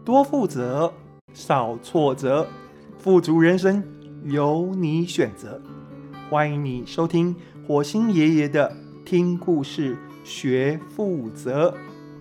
多负责，少挫折，富足人生由你选择。欢迎你收听火星爷爷的听故事学负责。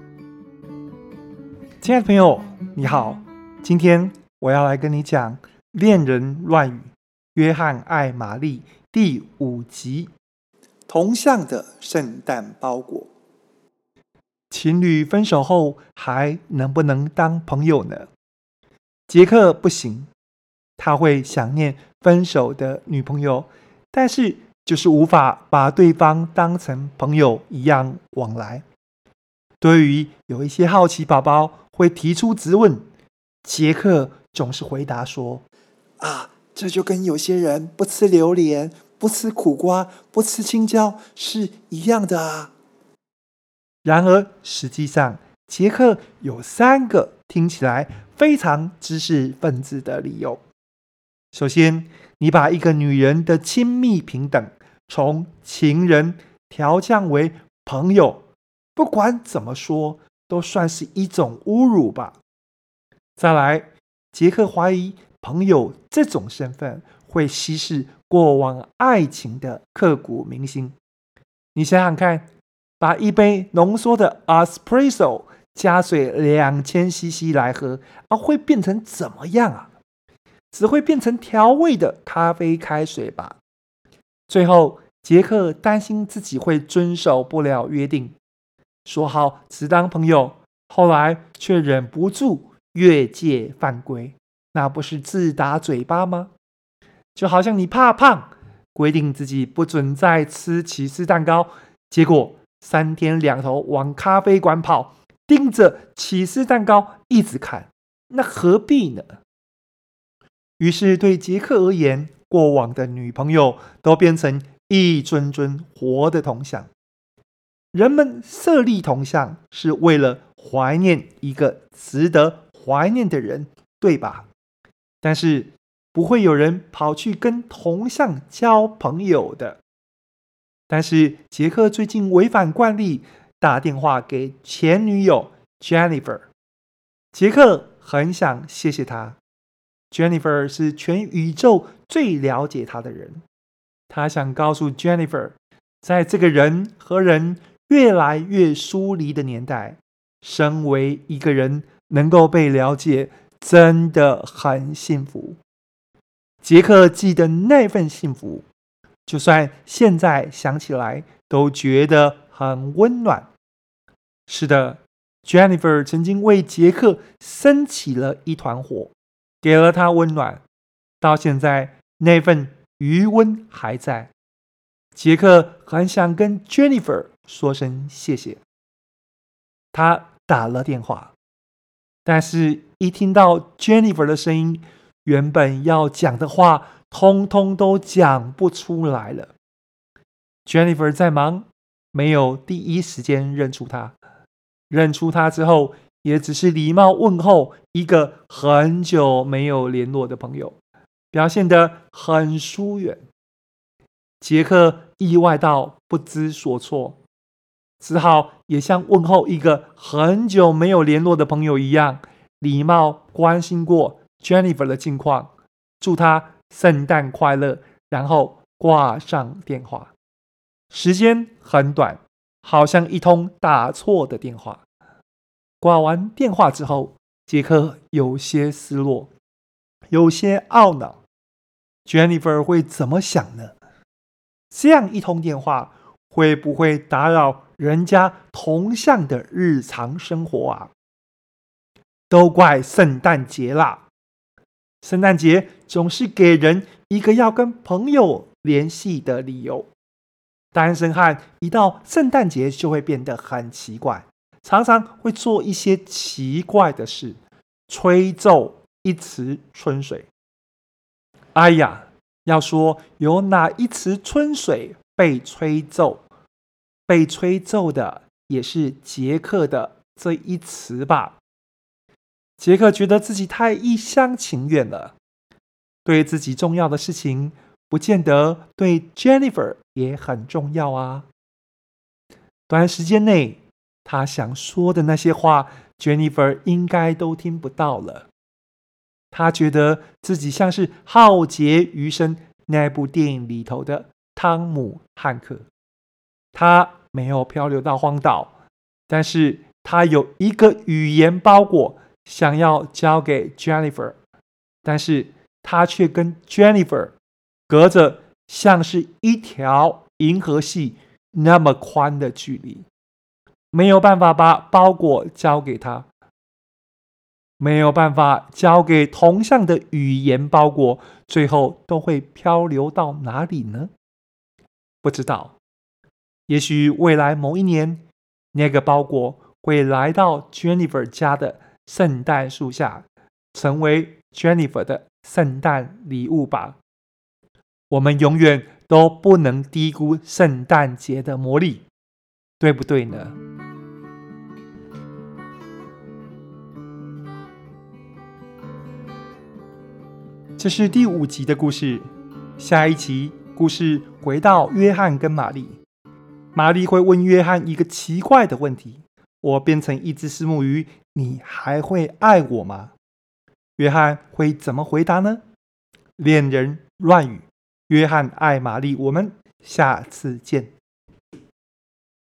亲爱的朋友，你好，今天我要来跟你讲《恋人乱语》约翰爱玛丽第5集，同向的圣诞包裹。情侣分手后还能不能当朋友呢？杰克不行，他会想念分手的女朋友，但是就是无法把对方当成朋友一样往来。对于有一些好奇宝宝会提出质问，杰克总是回答说：这就跟有些人不吃榴莲、不吃苦瓜、不吃青椒是一样的啊。然而实际上，杰克有3个听起来非常知识分子的理由。首先，你把一个女人的亲密平等从情人调降为朋友，不管怎么说都算是一种侮辱吧。再来，杰克怀疑朋友这种身份会稀释过往爱情的刻骨铭心。你想想看，把一杯浓缩的 espresso 加水2000cc 来喝，会变成怎么样啊？只会变成调味的咖啡开水吧。最后，杰克担心自己会遵守不了约定，说好只当朋友，后来却忍不住越界犯规，那不是自打嘴巴吗？就好像你怕胖，规定自己不准再吃起司蛋糕，结果3天2头往咖啡馆跑，盯着起司蛋糕一直看，那何必呢？于是对杰克而言，过往的女朋友都变成一尊尊活的铜像。人们设立铜像是为了怀念一个值得怀念的人，对吧？但是不会有人跑去跟铜像交朋友的。但是杰克最近违反惯例，打电话给前女友 Jennifer。 杰克很想谢谢她， Jennifer 是全宇宙最了解他的人。他想告诉 Jennifer， 在这个人和人越来越疏离的年代，身为一个人能够被了解真的很幸福。杰克记得那份幸福，就算现在想起来都觉得很温暖。是的， Jennifer 曾经为杰克升起了一团火，给了他温暖，到现在那份余温还在。杰克很想跟 Jennifer 说声谢谢。他打了电话，但是一听到 Jennifer 的声音，原本要讲的话通通都讲不出来了。 Jennifer 在忙，没有第一时间认出他，认出他之后也只是礼貌问候一个很久没有联络的朋友，表现得很疏远。杰克意外到不知所措，只好也像问候一个很久没有联络的朋友一样，礼貌关心过 Jennifer 的近况，祝她圣诞快乐，然后挂上电话。时间很短，好像一通打错的电话。挂完电话之后，杰克有些失落，有些懊恼。 Jennifer 会怎么想呢？这样一通电话会不会打扰人家同向的日常生活啊？都怪圣诞节啦！圣诞节总是给人一个要跟朋友联系的理由。单身汉一到圣诞节就会变得很奇怪，常常会做一些奇怪的事，吹奏一池春水。哎呀，要说有哪一池春水被吹奏，被吹奏的也是杰克的这一池吧。杰克觉得自己太一厢情愿了，对自己重要的事情不见得对 Jennifer 也很重要啊。短时间内他想说的那些话 Jennifer 应该都听不到了。他觉得自己像是《浩劫余生》那部电影里头的汤姆·汉克。他没有漂流到荒岛，但是他有一个语言包裹想要交给 Jennifer， 但是他却跟 Jennifer 隔着像是一条银河系那么宽的距离，没有办法把包裹交给他，没有办法交给同向的语言包裹，最后都会漂流到哪里呢？不知道。也许未来某一年，那个包裹会来到 Jennifer 家的圣诞树下，成为 Jennifer 的圣诞礼物吧。我们永远都不能低估圣诞节的魔力，对不对呢？这是第5集的故事。下一集故事回到约翰跟玛丽，玛丽会问约翰一个奇怪的问题：我变成一只虱目鱼，你还会爱我吗？约翰会怎么回答呢？恋人乱语，约翰爱玛丽，我们下次见。